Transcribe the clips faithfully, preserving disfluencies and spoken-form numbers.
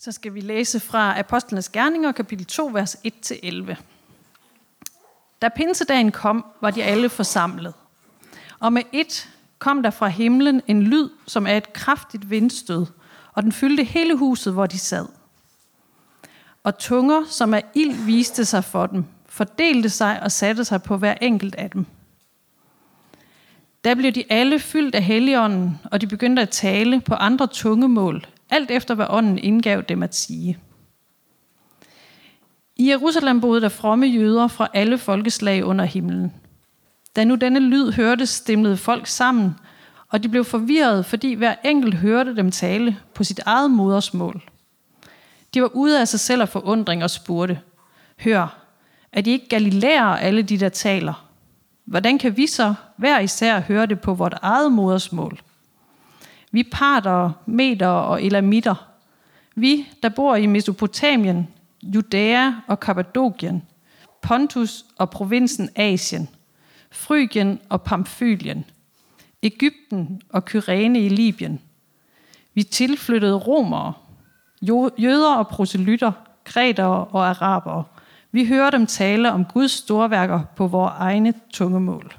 Så skal vi læse fra Apostlenes Gerninger, kapitel to, vers et til elleve. Da pinsedagen kom, var de alle forsamlet. Og med et kom der fra himlen en lyd, som er et kraftigt vindstød, og den fyldte hele huset, hvor de sad. Og tunger, som af ild, viste sig for dem, fordelte sig og satte sig på hver enkelt af dem. Da blev de alle fyldt af Helligånden, og de begyndte at tale på andre tungemål, alt efter hvad ånden indgav dem at sige. I Jerusalem boede der fromme jøder fra alle folkeslag under himlen. Da nu denne lyd hørtes, stimlede folk sammen, og de blev forvirret, fordi hver enkelt hørte dem tale på sit eget modersmål. De var ude af sig selv af forundring og spurgte: Hør, er de ikke galilæere, alle de der taler? Hvordan kan vi så hver især høre det på vort eget modersmål? Vi partere, metere og elamitter, vi, der bor i Mesopotamien, Judæa og Kappadokien, Pontus og provinsen Asien, Frygien og Pamfylien, Egypten og Kyrene i Libyen. Vi tilflyttede romere, jøder og proselytter, grækere og arabere. Vi hører dem tale om Guds storværker på vores egne tungemål.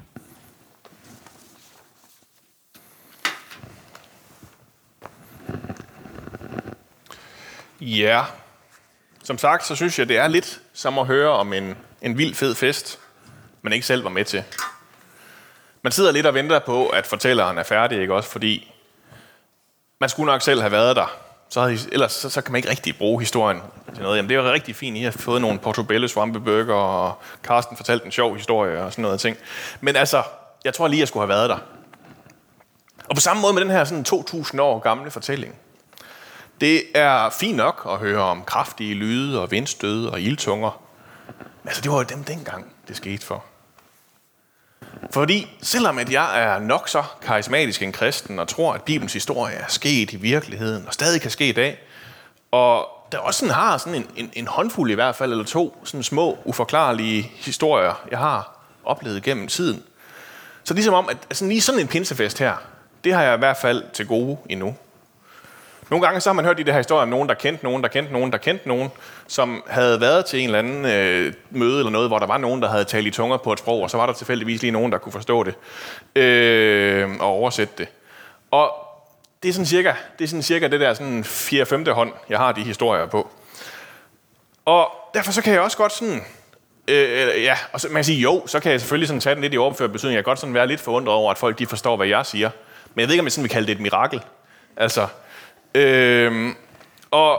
Ja, som sagt, så synes jeg, det er lidt som at høre om en, en vild fed fest, man ikke selv var med til. Man sidder lidt og venter på, at fortælleren er færdig, ikke også? Fordi man skulle nok selv have været der. Så havde I, ellers så, så kan man ikke rigtig bruge historien til noget. Jamen, det var rigtig fint, I har fået nogle portobello svampebøger, og Carsten fortalte en sjov historie og sådan noget ting. Men altså, jeg tror lige, jeg skulle have været der. Og på samme måde med den her sådan to tusind år gamle fortælling. Det er fint nok at høre om kraftige lyde og vindstød og ildtunger. Men altså, det var jo dem dengang, det skete for. Fordi selvom at jeg er nok så karismatisk en kristen og tror, at Bibelens historie er sket i virkeligheden og stadig kan ske i dag, og der også sådan har sådan en, en, en håndfuld i hvert fald, eller to sådan små, uforklarlige historier, jeg har oplevet gennem tiden, så ligesom om, at altså, lige sådan en pinsefest her, det har jeg i hvert fald til gode endnu. Nogle gange så har man hørt de der historier om nogen, der kendte nogen, der kendte nogen, der kendte nogen, som havde været til en eller anden øh, møde eller noget, hvor der var nogen, der havde talt i tunger på et sprog, og så var der tilfældigvis lige nogen, der kunne forstå det øh, og oversætte det. Og det er sådan cirka det, er sådan cirka det der sådan fjerde femte hånd, jeg har de historier på. Og derfor så kan jeg også godt sådan, øh, ja, og så, man kan sige jo, så kan jeg selvfølgelig sådan tage den lidt i overført betydning. Jeg kan godt sådan være lidt forundret over, at folk de forstår, hvad jeg siger. Men jeg ved ikke, om jeg sådan vil kalde det et mirakel. Altså, Øhm, og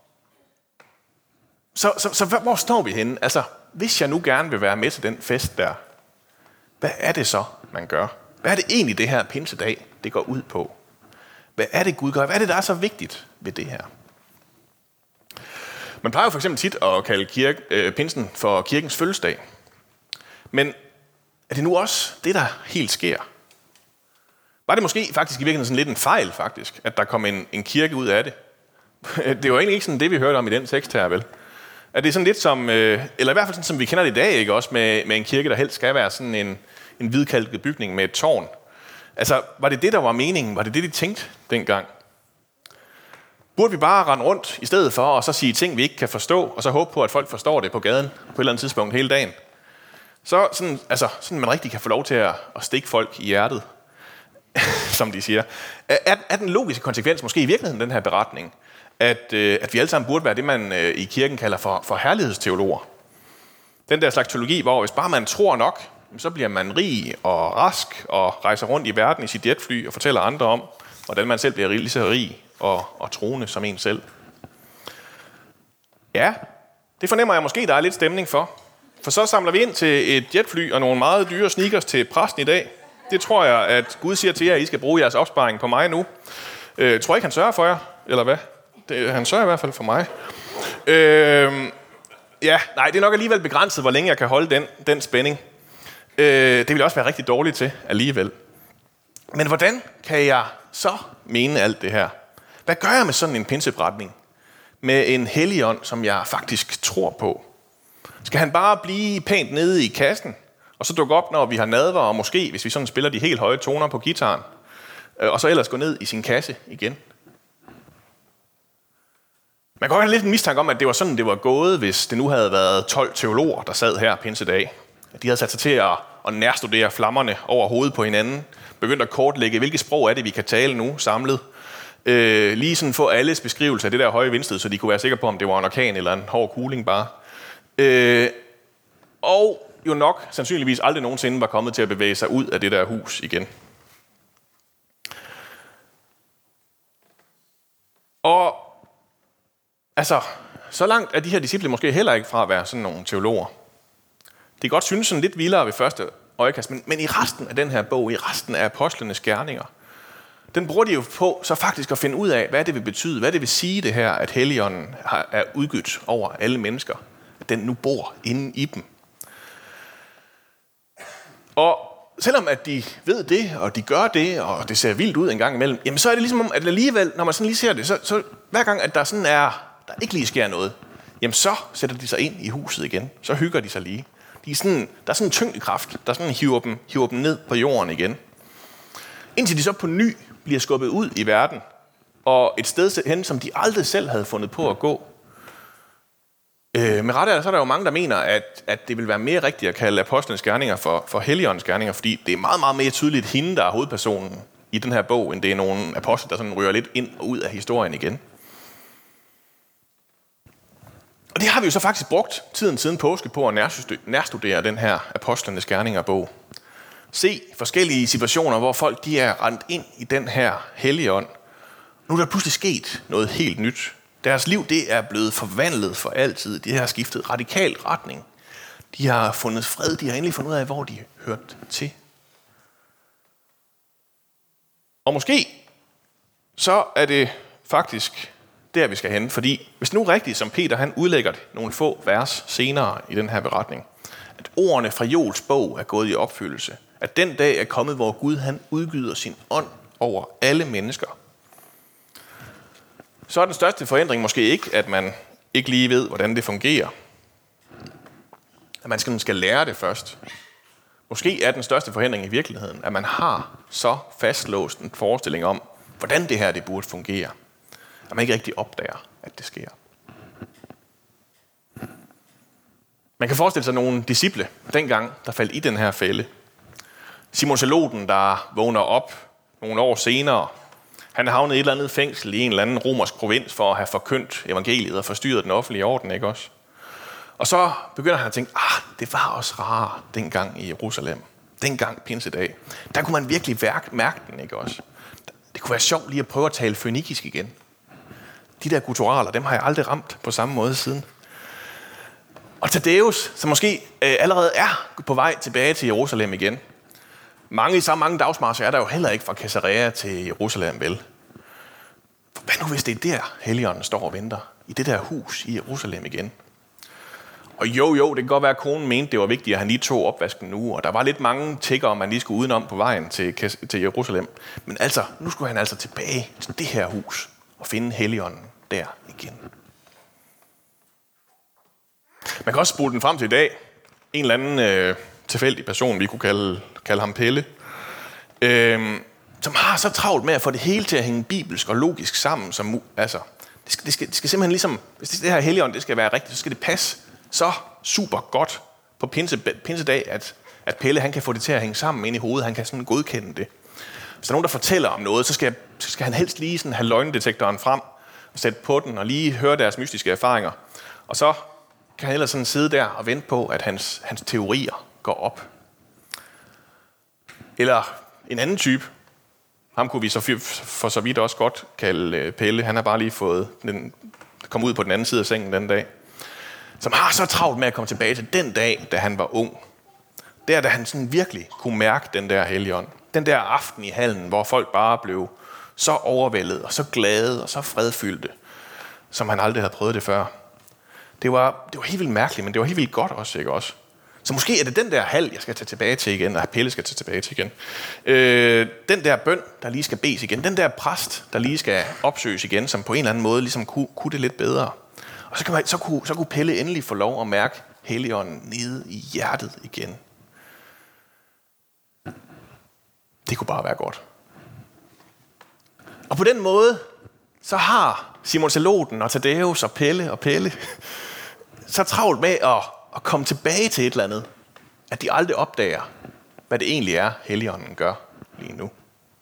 så, så, så hvor står vi henne? Altså, hvis jeg nu gerne vil være med til den fest der, hvad er det så, man gør? Hvad er det egentlig, det her pinsedag, det går ud på? Hvad er det, Gud gør? Hvad er det, der er så vigtigt ved det her? Man plejer jo for eksempel tit at kalde kirke, øh, pinsen for kirkens fødselsdag. Men er det nu også det, der helt sker? Var det måske faktisk i virkeligheden sådan lidt en fejl, faktisk, at der kom en, en kirke ud af det? Det var egentlig ikke sådan det, vi hørte om i den tekst her, vel? Er det sådan lidt som, øh, eller i hvert fald sådan, som vi kender det i dag, ikke? Også med, med en kirke, der helst skal være sådan en, en hvidkalket bygning med et tårn. Altså, var det det, der var meningen? Var det det, de tænkte dengang? Burde vi bare rende rundt i stedet for, og så sige ting, vi ikke kan forstå, og så håbe på, at folk forstår det på gaden på et eller andet tidspunkt hele dagen? Så sådan, altså, sådan man rigtig kan få lov til at, at stikke folk i hjertet, som de siger. Er, er den logiske konsekvens måske i virkeligheden den her beretning, at, øh, at vi alle sammen burde være det, man øh, i kirken kalder for, for herlighedsteologer? Den der slags teologi, hvor hvis bare man tror nok, så bliver man rig og rask og rejser rundt i verden i sit jetfly og fortæller andre om, hvordan man selv bliver lige så rig og, og troende som en selv. Ja, det fornemmer jeg måske, der er lidt stemning for. For så samler vi ind til et jetfly og nogle meget dyre sneakers til præsten i dag. Det tror jeg, at Gud siger til jer, at I skal bruge jeres opsparing på mig nu. Øh, tror I ikke, han sørger for jer? Eller hvad? Det, han sørger i hvert fald for mig. Øh, ja, nej, det er nok alligevel begrænset, hvor længe jeg kan holde den, den spænding. Øh, det vil jeg også være rigtig dårligt til alligevel. Men hvordan kan jeg så mene alt det her? Hvad gør jeg med sådan en pinseberetning? Med en helligånd, som jeg faktisk tror på? Skal han bare blive pænt nede i kassen? Og så dukke op, når vi har nadver, og måske, hvis vi sådan spiller de helt høje toner på gitaren, og så ellers gå ned i sin kasse igen. Man kan godt have lidt en mistanke om, at det var sådan, det var gået, hvis det nu havde været tolv teologer, der sad her pinsedag. De havde sat sig til at, at nærstudere flammerne over hovedet på hinanden, begyndt at kortlægge, hvilket sprog er det, vi kan tale nu samlet. Øh, lige sådan få alles beskrivelse af det der høje vindsted, så de kunne være sikre på, om det var en orkan eller en hård kuling bare. Øh, og jo nok sandsynligvis aldrig nogensinde var kommet til at bevæge sig ud af det der hus igen. Og altså, så langt er de her disciple måske heller ikke fra at være sådan nogle teologer. Det kan godt synes sådan lidt vildere ved første øjekast, men, men i resten af den her bog, i resten af apostlenes gerninger, den bruger de jo på så faktisk at finde ud af, hvad det vil betyde, hvad det vil sige det her, at Helligånden er udgydt over alle mennesker, at den nu bor inde i dem. Og selvom at de ved det, og de gør det, og det ser vildt ud en gang imellem, jamen så er det ligesom om, at alligevel, når man sådan lige ser det, så, så hver gang, at der sådan er, der ikke lige sker noget, jamen så sætter de sig ind i huset igen, så hygger de sig lige. De er sådan, der er sådan en tyngdekraft, der sådan hiver dem, hiver dem ned på jorden igen. Indtil de så på ny bliver skubbet ud i verden, og et sted hen, som de aldrig selv havde fundet på at gå. Øh, med rette så er der jo mange, der mener, at, at det vil være mere rigtigt at kalde apostlenes gerninger for, for Helligåndens gerninger, fordi det er meget, meget mere tydeligt hende, der er hovedpersonen i den her bog, end det er nogle apostle, der sådan ryger lidt ind og ud af historien igen. Og det har vi jo så faktisk brugt tiden siden påske på at nærstudere den her apostlenes gerninger-bog. Se forskellige situationer, hvor folk de er rendt ind i den her Helligånd. Nu er der pludselig sket noget helt nyt. Deres liv det er blevet forvandlet for altid. De har skiftet radikal retning. De har fundet fred. De har endelig fundet ud af, hvor de hørte til. Og måske så er det faktisk der, vi skal hen. Fordi hvis nu rigtigt, som Peter han udlægger nogle få vers senere i den her beretning, at ordene fra Joels bog er gået i opfyldelse, at den dag er kommet, hvor Gud han udgyder sin ånd over alle mennesker, så er den største forandring måske ikke, at man ikke lige ved, hvordan det fungerer. At man skal, skal lære det først. Måske er den største forandring i virkeligheden, at man har så fastlåst en forestilling om, hvordan det her det burde fungere. At man ikke rigtig opdager, at det sker. Man kan forestille sig nogle disciple, dengang der faldt i den her fælde. Simon Zeloten, der vågner op nogle år senere. Han er havnet i et eller andet fængsel i en eller anden romersk provins for at have forkyndt evangeliet og forstyrret den offentlige orden, ikke også? Og så begynder han at tænke, ah, det var også rarere dengang i Jerusalem. Dengang pinsedag. Der kunne man virkelig mærke den, ikke også? Det kunne være sjovt lige at prøve at tale fønikisk igen. De der guturaler, dem har jeg aldrig ramt på samme måde siden. Og Thaddeus, som måske øh, allerede er på vej tilbage til Jerusalem igen. Mange i så mange dagsmarcher er der jo heller ikke fra Caesarea til Jerusalem, vel? Hvad nu hvis det er der, Helligånden står og venter? I det der hus i Jerusalem igen? Og jo, jo, det kan godt være, at konen mente, det var vigtigt, at han lige tog opvasken nu. Og der var lidt mange tiggere, man lige skulle udenom på vejen til, til Jerusalem. Men altså, nu skulle han altså tilbage til det her hus og finde Helligånden der igen. Man kan også spole den frem til i dag. En eller anden øh, tilfældig person, vi kunne kalde, kalde ham Pelle, øh, som har så travlt med at få det hele til at hænge bibelsk og logisk sammen. Som, altså, det, skal, det, skal, det skal simpelthen ligesom, hvis det, det her Helligånd, det skal være rigtigt, så skal det passe så super godt på pinse, pinsedag, at, at Pelle han kan få det til at hænge sammen ind i hovedet. Han kan sådan godkende det. Hvis der er nogen, der fortæller om noget, så skal, så skal han helst lige sådan have løgndetektoren frem og sætte på den og lige høre deres mystiske erfaringer. Og så kan han ellers sådan sidde der og vente på, at hans, hans teorier går op. Eller en anden type. Ham kunne vi så for så vidt også godt kalde Pelle. Han har bare lige fået den, kommet ud på den anden side af sengen den dag. Som har så travlt med at komme tilbage til den dag, da han var ung. Der, da han sådan virkelig kunne mærke den der Helligånd. Den der aften i hallen, hvor folk bare blev så overvældet og så glade og så fredfyldte, som han aldrig havde prøvet det før. Det var, det var helt vildt mærkeligt, men det var helt vildt godt også, ikke også? Så måske er det den der hal, jeg skal tage tilbage til igen, og Pelle skal tage tilbage til igen. Øh, den der bøn, der lige skal bes igen. Den der præst, der lige skal opsøges igen, som på en eller anden måde ligesom kunne, kunne det lidt bedre. Og så, kan man, så, kunne, så kunne Pelle endelig få lov at mærke Helligånden nede i hjertet igen. Det kunne bare være godt. Og på den måde, så har Simon Zeloten og Thaddeus og Pelle og Pelle, så travlt med at, at komme tilbage til et eller andet, at de aldrig opdager, hvad det egentlig er, Helligånden gør lige nu.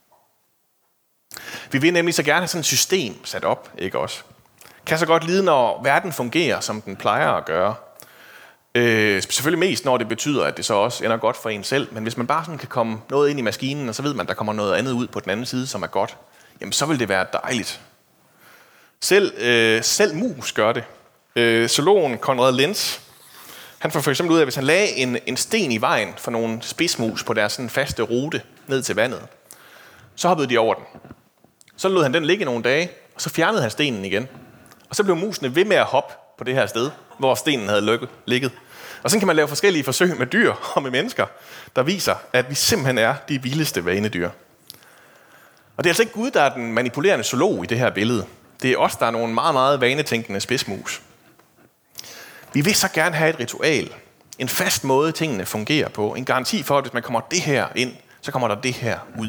Vi vil nemlig så gerne have sådan et system sat op, ikke også? Kan så godt lide, når verden fungerer, som den plejer at gøre. Øh, selvfølgelig mest, når det betyder, at det så også ender godt for en selv. Men hvis man bare sådan kan komme noget ind i maskinen, og så ved man, at der kommer noget andet ud på den anden side, som er godt, jamen så vil det være dejligt. Selv, øh, selv mus gør det. Øh, zoologen Konrad Lenz, han får for eksempel ud af, at hvis han lagde en, en sten i vejen for nogle spidsmus på deres sådan faste rute ned til vandet, så hoppede de over den. Så lod han den ligge nogle dage, og så fjernede han stenen igen. Og så blev musene ved med at hoppe på det her sted, hvor stenen havde ligget. Og så kan man lave forskellige forsøg med dyr og med mennesker, der viser, at vi simpelthen er de vildeste vanedyr. Og det er altså ikke Gud, der er den manipulerende zoolog i det her billede. Det er os, der er nogle meget, meget vanetænkende spidsmus. Vi vil så gerne have et ritual. En fast måde, tingene fungerer på. En garanti for, at hvis man kommer det her ind, så kommer der det her ud.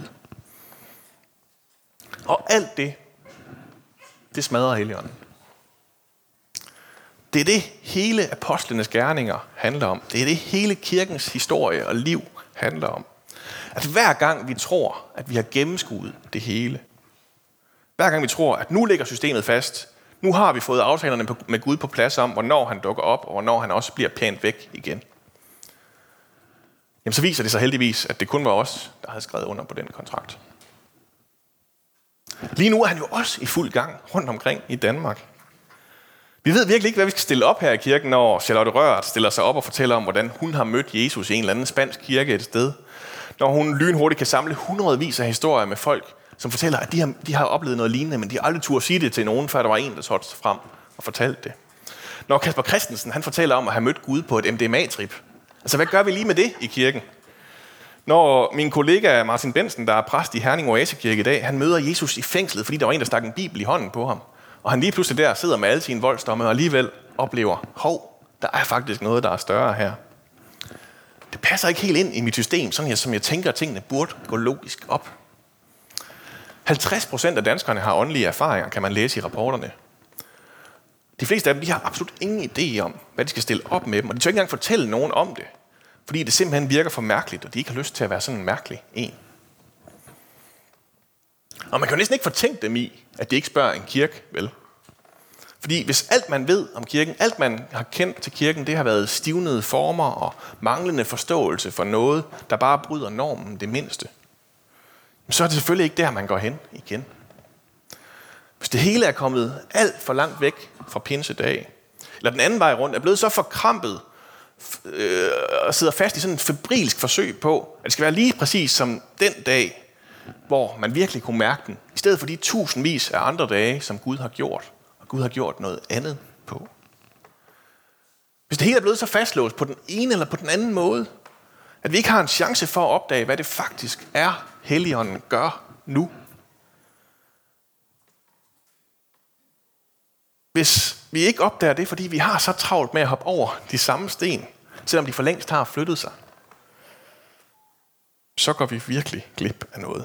Og alt det, det smadrer Helligånden. Det er det, hele apostlenes gerninger handler om. Det er det, hele kirkens historie og liv handler om. At hver gang vi tror, at vi har gennemskuet det hele, hver gang vi tror, at nu ligger systemet fast, nu har vi fået aftalerne med Gud på plads om, hvornår han dukker op, og hvornår han også bliver pænt væk igen, jamen så viser det sig heldigvis, at det kun var os, der havde skrevet under på den kontrakt. Lige nu er han jo også i fuld gang rundt omkring i Danmark. Vi ved virkelig ikke, hvad vi skal stille op her i kirken, når Charlotte Rørt stiller sig op og fortæller om, hvordan hun har mødt Jesus i en eller anden spansk kirke et sted. Når hun lynhurtigt kan samle hundredvis af historier med folk, som fortæller, at de har, de har oplevet noget lignende, men de har aldrig turde sige det til nogen, før der var en, der trådte frem og fortalte det. Når Kasper Christensen han fortæller om at have mødt Gud på et M D M A-trip. Altså, hvad gør vi lige med det i kirken? Når min kollega Martin Bensen, der er præst i Herning Oasekirke i dag, han møder Jesus i fængslet, fordi der var en, der stak en bibel i hånden på ham. Og han lige pludselig der sidder med alle sine voldsdomme og alligevel oplever, hov, der er faktisk noget, der er større her. Det passer ikke helt ind i mit system, sådan jeg, som jeg tænker, at tingene burde gå logisk op. halvtreds procent af danskerne har åndelige erfaringer, kan man læse i rapporterne. De fleste af dem de har absolut ingen idé om, hvad de skal stille op med dem, og de tør ikke engang fortælle nogen om det, fordi det simpelthen virker for mærkeligt, og de ikke har lyst til at være sådan en mærkelig en. Og man kan jo næsten ikke fortænke dem i, at de ikke spørger en kirke, vel? Fordi hvis alt man ved om kirken, alt man har kendt til kirken, det har været stivnede former og manglende forståelse for noget, der bare bryder normen det mindste, så er det selvfølgelig ikke der, man går hen igen. Hvis det hele er kommet alt for langt væk fra pinsedag, eller den anden vej rundt, er blevet så forkrampet øh, og sidder fast i sådan et febrilsk forsøg på, at det skal være lige præcis som den dag, hvor man virkelig kunne mærke den, i stedet for de tusindvis af andre dage, som Gud har gjort, og Gud har gjort noget andet på. Hvis det hele er blevet så fastlåst på den ene eller på den anden måde, at vi ikke har en chance for at opdage, hvad det faktisk er, Helligånden gør nu. Hvis vi ikke opdager det, fordi vi har så travlt med at hoppe over de samme sten, selvom de for længst har flyttet sig, så går vi virkelig glip af noget.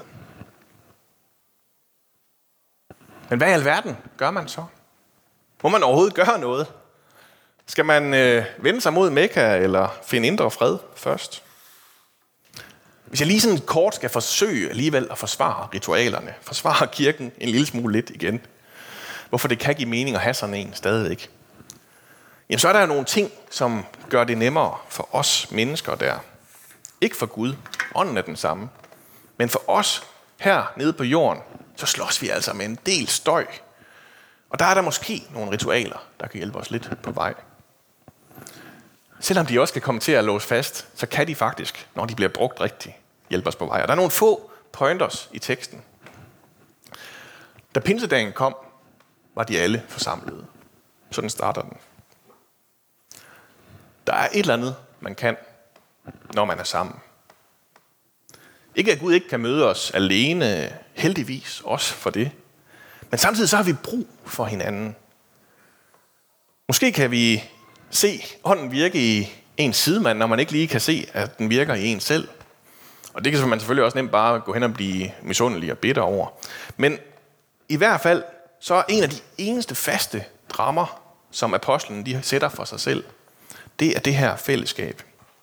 Men hvad i alverden gør man så? Må man overhovedet gøre noget? Skal man øh, vende sig mod Mekka eller finde indre fred først? Hvis jeg lige sådan kort skal forsøge alligevel at forsvare ritualerne, forsvare kirken en lille smule lidt igen, hvorfor det kan give mening at have sådan en stadigvæk, jamen så er der jo nogle ting, som gør det nemmere for os mennesker der. Ikke for Gud, ånden er den samme, men for os her nede på jorden, så slås vi altså med en del støj. Og der er der måske nogle ritualer, der kan hjælpe os lidt på vej. Selvom de også kan komme til at låse fast, så kan de faktisk, når de bliver brugt rigtigt, hjælpe os på vej. Og der er nogle få pointers i teksten. Da pinsedagen kom, var de alle forsamlede. Sådan starter den. Der er et eller andet, man kan, når man er sammen. Ikke at Gud ikke kan møde os alene, heldigvis også for det. Men samtidig så har vi brug for hinanden. Måske kan vi se ånden virke i ens sidemand, når man ikke lige kan se, at den virker i en selv. Og det kan man selvfølgelig også nemt bare gå hen og blive misundelig og bitter over. Men i hvert fald, så er en af de eneste faste rammer, som apostlen de sætter for sig selv, det er det her fællesskab.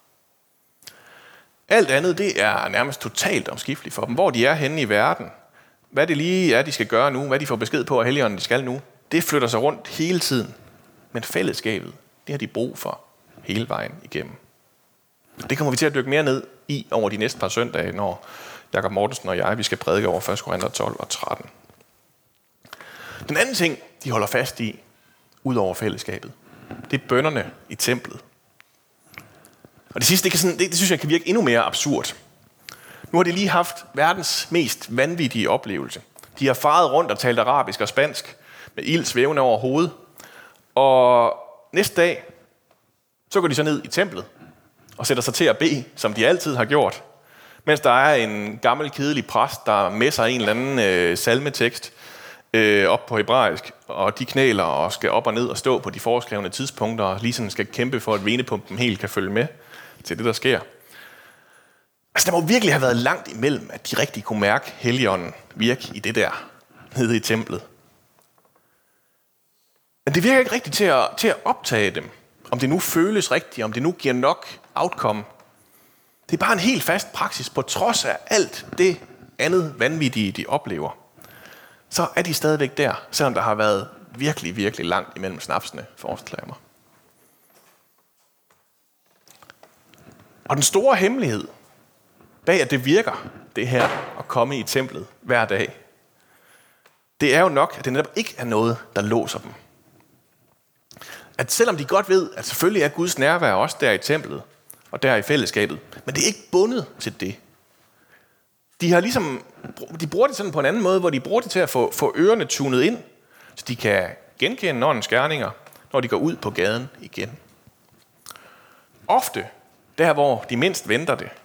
Alt andet, det er nærmest totalt omskifteligt for dem. Hvor de er henne i verden, hvad det lige er, de skal gøre nu, hvad de får besked på af Helligånden, de skal nu, det flytter sig rundt hele tiden. Men fællesskabet, det har de brug for hele vejen igennem. Det kommer vi til at dykke mere ned i over de næste par søndage, når Jakob Mortensen og jeg, vi skal prædike over første Korinther tolv og tretten. Den anden ting, de holder fast i, ud over fællesskabet, det er bønnerne i templet. Og det sidste, det, kan sådan, det, det synes jeg kan virke endnu mere absurd. Nu har de lige haft verdens mest vanvittige oplevelse. De har faret rundt og talt arabisk og spansk med ild svævende over hovedet. Og næste dag, så går de så ned i templet og sætter sig til at bede, som de altid har gjort. Mens der er en gammel, kedelig præst, der messer en eller anden øh, salmetekst øh, op på hebraisk, og de knæler og skal op og ned og stå på de foreskrevne tidspunkter, og ligesom skal kæmpe for, at venepumpen helt kan følge med til det, der sker. Altså, der må virkelig have været langt imellem, at de rigtig kunne mærke Helligånden virke i det der, nede i templet. Men det virker ikke rigtigt til at, til at optage dem, om det nu føles rigtigt, om det nu giver nok outcome. Det er bare en helt fast praksis, på trods af alt det andet vanvittige, de oplever. Så er de stadigvæk der, selvom der har været virkelig, virkelig langt imellem snapsene, forestiller jeg mig. Og den store hemmelighed bag, at det virker, det her at komme i templet hver dag, det er jo nok, at det netop ikke er noget, der låser dem. At selvom de godt ved, at selvfølgelig er Guds nærvær også der i templet, og der i fællesskabet, men det er ikke bundet til det. De har ligesom, de bruger det sådan på en anden måde, hvor de bruger det til at få, få ørerne tunet ind, så de kan genkende åndens gerninger, når de går ud på gaden igen. Ofte, der hvor de mindst venter det.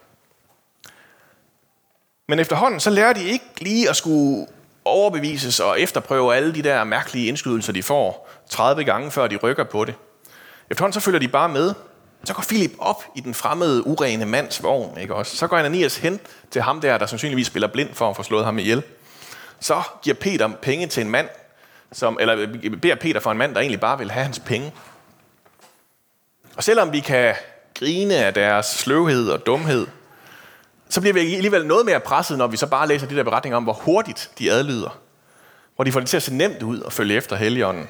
Men efterhånden, så lærer de ikke lige at skulle overbevises og efterprøve alle de der mærkelige indskydelser, de får tredive gange, før de rykker på det. Efterhånden, så følger de bare med. Så går Filip op i den fremmede, urene mands vogn, ikke også? Så går Ananias hen til ham der, der sandsynligvis spiller blind for at få slået ham ihjel. Så giver Peter penge til en mand, som, eller beder Peter for en mand, der egentlig bare vil have hans penge. Og selvom vi kan grine af deres sløvhed og dumhed, så bliver vi alligevel noget mere presset, når vi så bare læser de der beretninger om, hvor hurtigt de adlyder. Hvor de får det til at se nemt ud og følge efter Helligånden.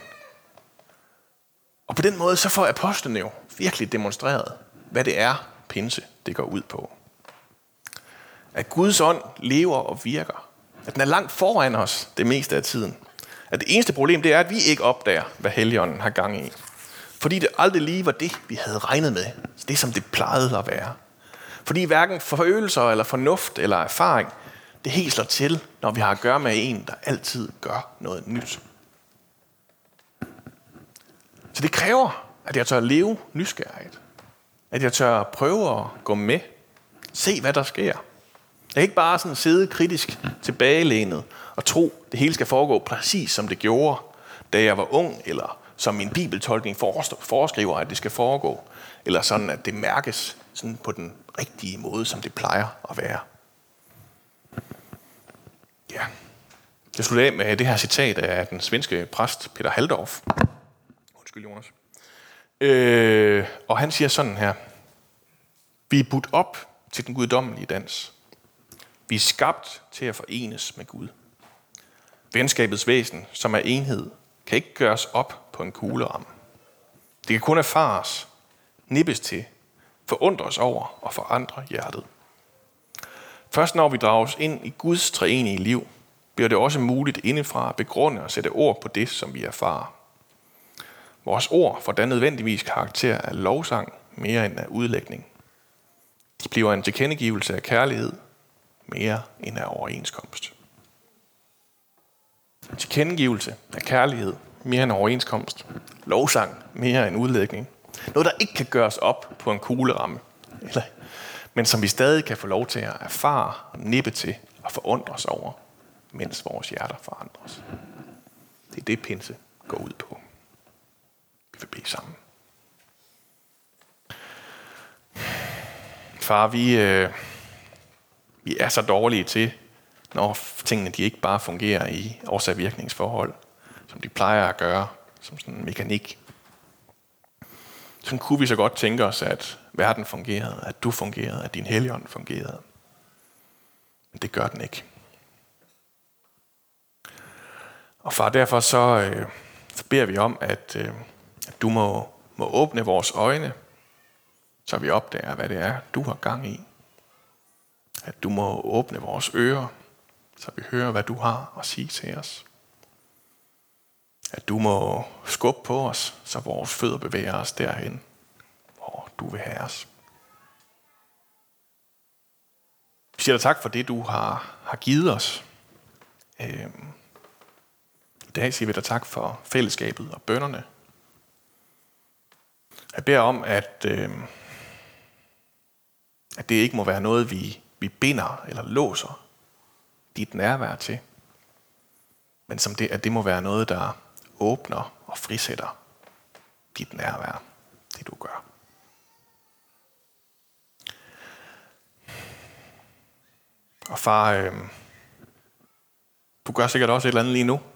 Og på den måde, så får apostlene jo virkelig demonstreret, hvad det er, pinse det går ud på. At Guds ånd lever og virker. At den er langt foran os det meste af tiden. At det eneste problem, det er, at vi ikke opdager, hvad Helligånden har gang i. Fordi det aldrig lige var det, vi havde regnet med. Det, som det plejede at være. Fordi hverken følelser eller fornuft eller erfaring, det helt slår til, når vi har at gøre med en, der altid gør noget nyt. Så det kræver, at jeg tør leve nysgerrigt. At jeg tør prøve at gå med. Se, hvad der sker. Jeg kan ikke bare sådan sidde kritisk tilbagelænet og tro, det hele skal foregå præcis som det gjorde, da jeg var ung, eller som min bibeltolkning foreskriver, at det skal foregå. Eller sådan, at det mærkes sådan på den rigtige måde, som det plejer at være. Ja. Jeg slutter af med det her citat af den svenske præst Peter Halldorf. Undskyld, Jonas. Øh, og han siger sådan her. Vi er budt op til den guddommelige dans. Vi er skabt til at forenes med Gud. Venskabets væsen, som er enhed, kan ikke gøres op på en kugleramme. Det kan kun erfares, nippes til, forundres over og forandre hjertet. Først når vi drages ind i Guds treenige liv, bliver det også muligt indefra at begrunde og sætte ord på det, som vi erfarer. Vores ord får da nødvendigvis karakter af lovsang mere end af udlægning. De bliver en tilkendegivelse af kærlighed mere end af overenskomst. En tilkendegivelse af kærlighed mere end overenskomst. Lovsang mere end udlægning. Noget, der ikke kan gøres op på en kugleramme, eller, men som vi stadig kan få lov til at erfare og nippe til og forundres over, mens vores hjerter forandres. Det er det, pinse går ud på. Vi vil bede sammen. Far, vi, øh, vi er så dårlige til, når tingene de ikke bare fungerer i årsag-virkningsforhold, som de plejer at gøre, som sådan en mekanik. Sådan kunne vi så godt tænke os, at verden fungerede, at du fungerede, at din Helligånd fungerede. Men det gør den ikke. Og far, derfor så, øh, så beder vi om, at, øh, at du må, må åbne vores øjne, så vi opdager, hvad det er, du har gang i. At du må åbne vores ører, så vi hører, hvad du har at sige til os. At du må skubbe på os, så vores fødder bevæger os derhen, hvor du vil have os. Vi siger dig tak for det, du har, har givet os. Øhm, I dag siger vi dig tak for fællesskabet og bønnerne. Jeg beder om, at, øhm, at det ikke må være noget, vi, vi binder eller låser dit nærvær til. Men som det, at det må være noget, der åbner og frisætter dit nærvær, det du gør. Og far, øh, du gør sikkert også et eller andet lige nu.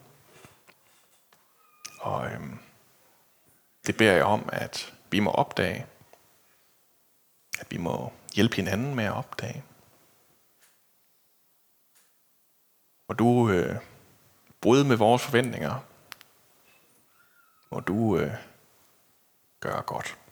Og øh, det beder jeg om, at vi må opdage, at vi må hjælpe hinanden med at opdage. Og du øh, bryde med vores forventninger, må du øh, gøre godt.